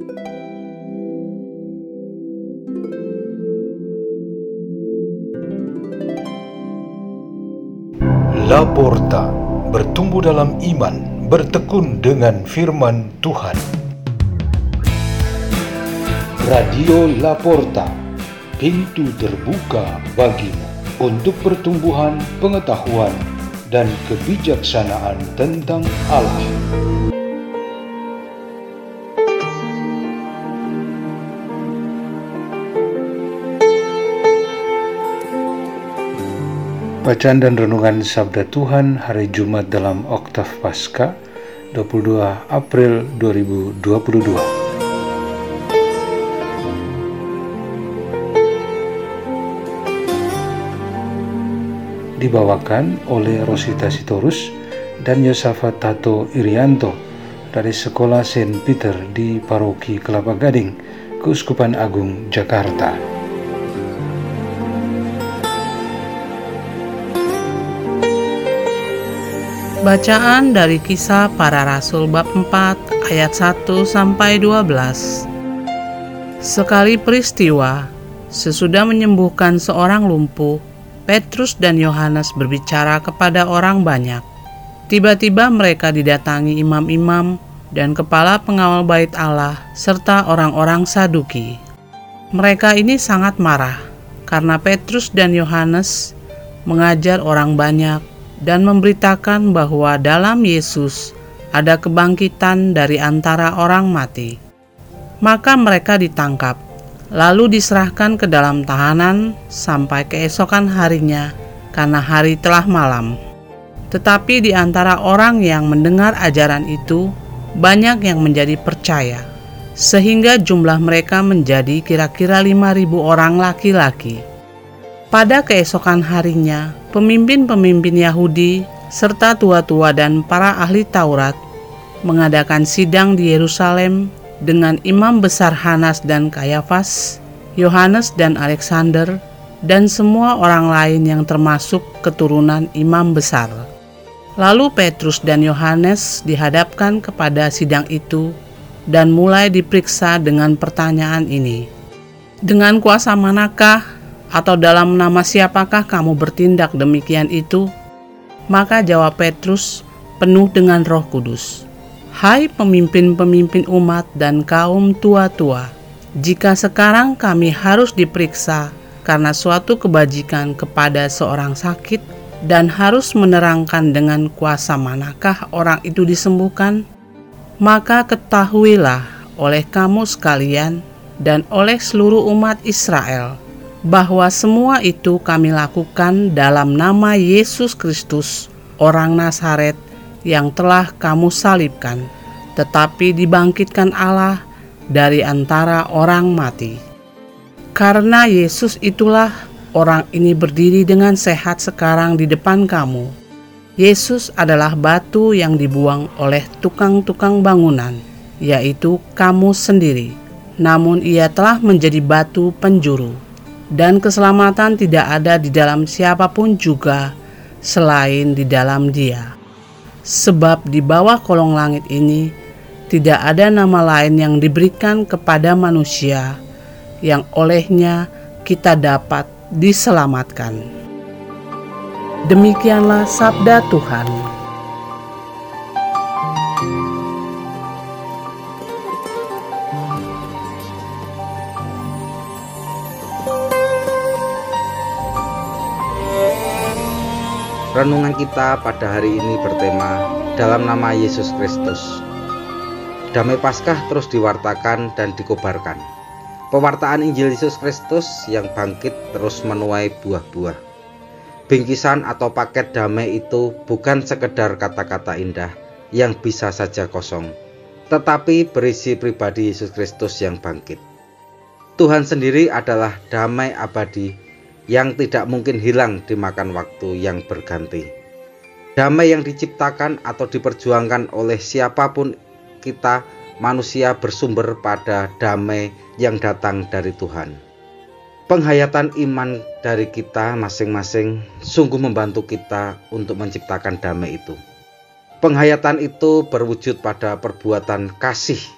Laporta, bertumbuh dalam iman, bertekun dengan firman Tuhan. Radio Laporta, pintu terbuka bagimu untuk pertumbuhan pengetahuan dan kebijaksanaan tentang Allah. Bacaan dan renungan Sabda Tuhan hari Jumat dalam Oktav Paskah 22 April 2022. Dibawakan oleh Rosita Sitorus dan Yosafat Tato Irianto dari Sekolah Saint Peter di Paroki Kelapa Gading, Keuskupan Agung, Jakarta. Bacaan dari Kisah Para Rasul bab 4 ayat 1-12. Sekali peristiwa, sesudah menyembuhkan seorang lumpuh, Petrus dan Yohanes berbicara kepada orang banyak. Tiba-tiba mereka didatangi imam-imam dan kepala pengawal bait Allah serta orang-orang Saduki. Mereka ini sangat marah karena Petrus dan Yohanes mengajar orang banyak dan memberitakan bahwa dalam Yesus ada kebangkitan dari antara orang mati. Maka mereka ditangkap, lalu diserahkan ke dalam tahanan sampai keesokan harinya, karena hari telah malam. Tetapi di antara orang yang mendengar ajaran itu, banyak yang menjadi percaya, sehingga jumlah mereka menjadi kira-kira 5.000 orang laki-laki. Pada keesokan harinya, pemimpin-pemimpin Yahudi serta tua-tua dan para ahli Taurat mengadakan sidang di Yerusalem dengan imam besar Hanas dan Kayafas, Yohanes dan Alexander, dan semua orang lain yang termasuk keturunan imam besar. Lalu Petrus dan Yohanes dihadapkan kepada sidang itu dan mulai diperiksa dengan pertanyaan ini. Dengan kuasa manakah atau dalam nama siapakah kamu bertindak demikian itu? Maka jawab Petrus penuh dengan Roh Kudus, "Hai pemimpin-pemimpin umat dan kaum tua-tua, jika sekarang kami harus diperiksa karena suatu kebajikan kepada seorang sakit dan harus menerangkan dengan kuasa manakah orang itu disembuhkan, maka ketahuilah oleh kamu sekalian dan oleh seluruh umat Israel bahwa semua itu kami lakukan dalam nama Yesus Kristus, orang Nazaret yang telah kamu salibkan, tetapi dibangkitkan Allah dari antara orang mati. Karena Yesus itulah orang ini berdiri dengan sehat sekarang di depan kamu. Yesus adalah batu yang dibuang oleh tukang-tukang bangunan, yaitu kamu sendiri. Namun ia telah menjadi batu penjuru. Dan keselamatan tidak ada di dalam siapapun juga selain di dalam Dia. Sebab di bawah kolong langit ini tidak ada nama lain yang diberikan kepada manusia yang olehnya kita dapat diselamatkan." Demikianlah sabda Tuhan. Renungan kita pada hari ini bertema dalam nama Yesus Kristus. Damai Paskah terus diwartakan dan dikobarkan. Pewartaan Injil Yesus Kristus yang bangkit terus menuai buah-buah. Bingkisan atau paket damai itu bukan sekedar kata-kata indah yang bisa saja kosong, tetapi berisi pribadi Yesus Kristus yang bangkit. Tuhan sendiri adalah damai abadi yang tidak mungkin hilang dimakan waktu yang berganti. Damai yang diciptakan atau diperjuangkan oleh siapapun kita manusia bersumber pada damai yang datang dari Tuhan. Penghayatan iman dari kita masing-masing sungguh membantu kita untuk menciptakan damai itu. Penghayatan itu berwujud pada perbuatan kasih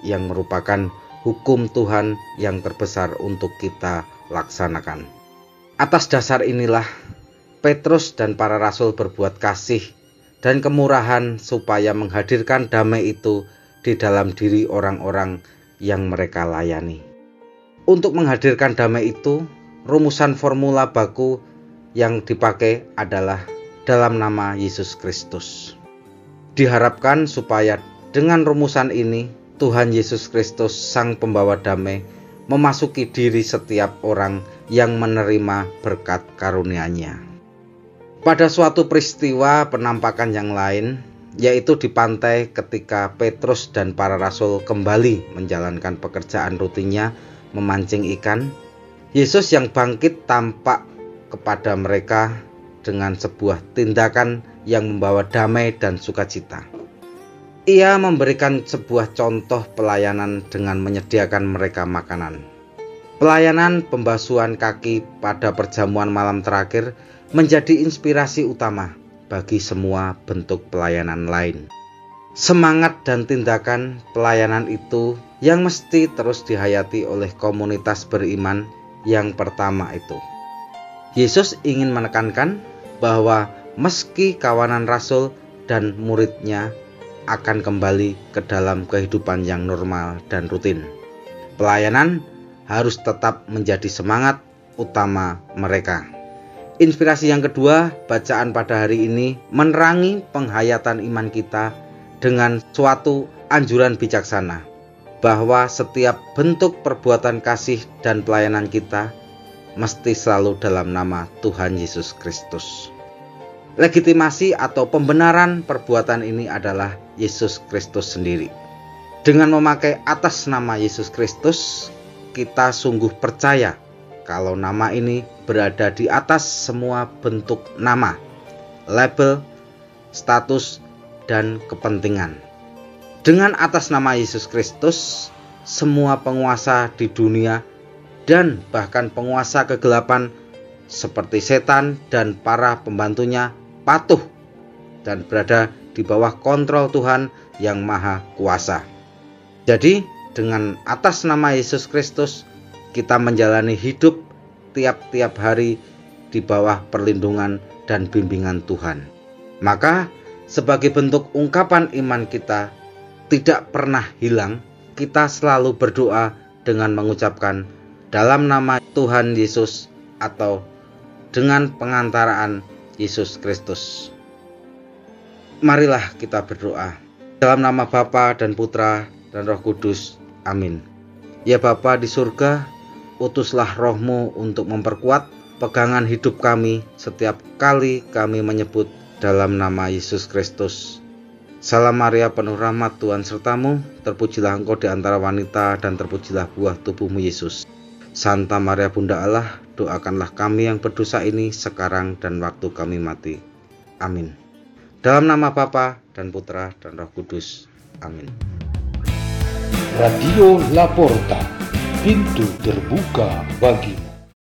yang merupakan hukum Tuhan yang terbesar untuk kita laksanakan. Atas dasar inilah Petrus dan para rasul berbuat kasih dan kemurahan supaya menghadirkan damai itu di dalam diri orang-orang yang mereka layani. Untuk menghadirkan damai itu, rumusan formula baku yang dipakai adalah dalam nama Yesus Kristus. Diharapkan supaya dengan rumusan ini, Tuhan Yesus Kristus, Sang Pembawa Damai, memasuki diri setiap orang yang menerima berkat karunia-Nya. Pada suatu peristiwa penampakan yang lain, yaitu di pantai ketika Petrus dan para rasul kembali menjalankan pekerjaan rutinnya memancing ikan, Yesus yang bangkit tampak kepada mereka dengan sebuah tindakan yang membawa damai dan sukacita. Ia memberikan sebuah contoh pelayanan dengan menyediakan mereka makanan. Pelayanan pembasuhan kaki pada perjamuan malam terakhir menjadi inspirasi utama bagi semua bentuk pelayanan lain. Semangat dan tindakan pelayanan itu yang mesti terus dihayati oleh komunitas beriman yang pertama itu. Yesus ingin menekankan bahwa meski kawanan rasul dan muridnya akan kembali ke dalam kehidupan yang normal dan rutin, pelayanan harus tetap menjadi semangat utama mereka. Inspirasi yang kedua, bacaan pada hari ini menerangi penghayatan iman kita dengan suatu anjuran bijaksana bahwa setiap bentuk perbuatan kasih dan pelayanan kita mesti selalu dalam nama Tuhan Yesus Kristus. Legitimasi atau pembenaran perbuatan ini adalah Yesus Kristus sendiri. Dengan memakai atas nama Yesus Kristus, kita sungguh percaya kalau nama ini berada di atas semua bentuk nama, label, status, dan kepentingan. Dengan atas nama Yesus Kristus, semua penguasa di dunia dan bahkan penguasa kegelapan seperti setan dan para pembantunya patuh dan berada di bawah kontrol Tuhan yang Maha Kuasa. Jadi, dengan atas nama Yesus Kristus, kita menjalani hidup tiap-tiap hari di bawah perlindungan dan bimbingan Tuhan. Maka, sebagai bentuk ungkapan iman kita tidak pernah hilang, kita selalu berdoa dengan mengucapkan dalam nama Tuhan Yesus atau dengan pengantaraan Yesus Kristus. Marilah kita berdoa. Dalam nama Bapa dan Putra dan Roh Kudus. Amin. Ya Bapa di surga, utuslah Roh-Mu untuk memperkuat pegangan hidup kami setiap kali kami menyebut dalam nama Yesus Kristus. Salam Maria, penuh rahmat, Tuhan sertamu, terpujilah engkau di antara wanita dan terpujilah buah tubuhmu Yesus. Santa Maria Bunda Allah, doakanlah kami yang berdosa ini sekarang dan waktu kami mati. Amin. Dalam nama Bapa dan Putra dan Roh Kudus. Amin. Radio La Porta, pintu terbuka bagimu.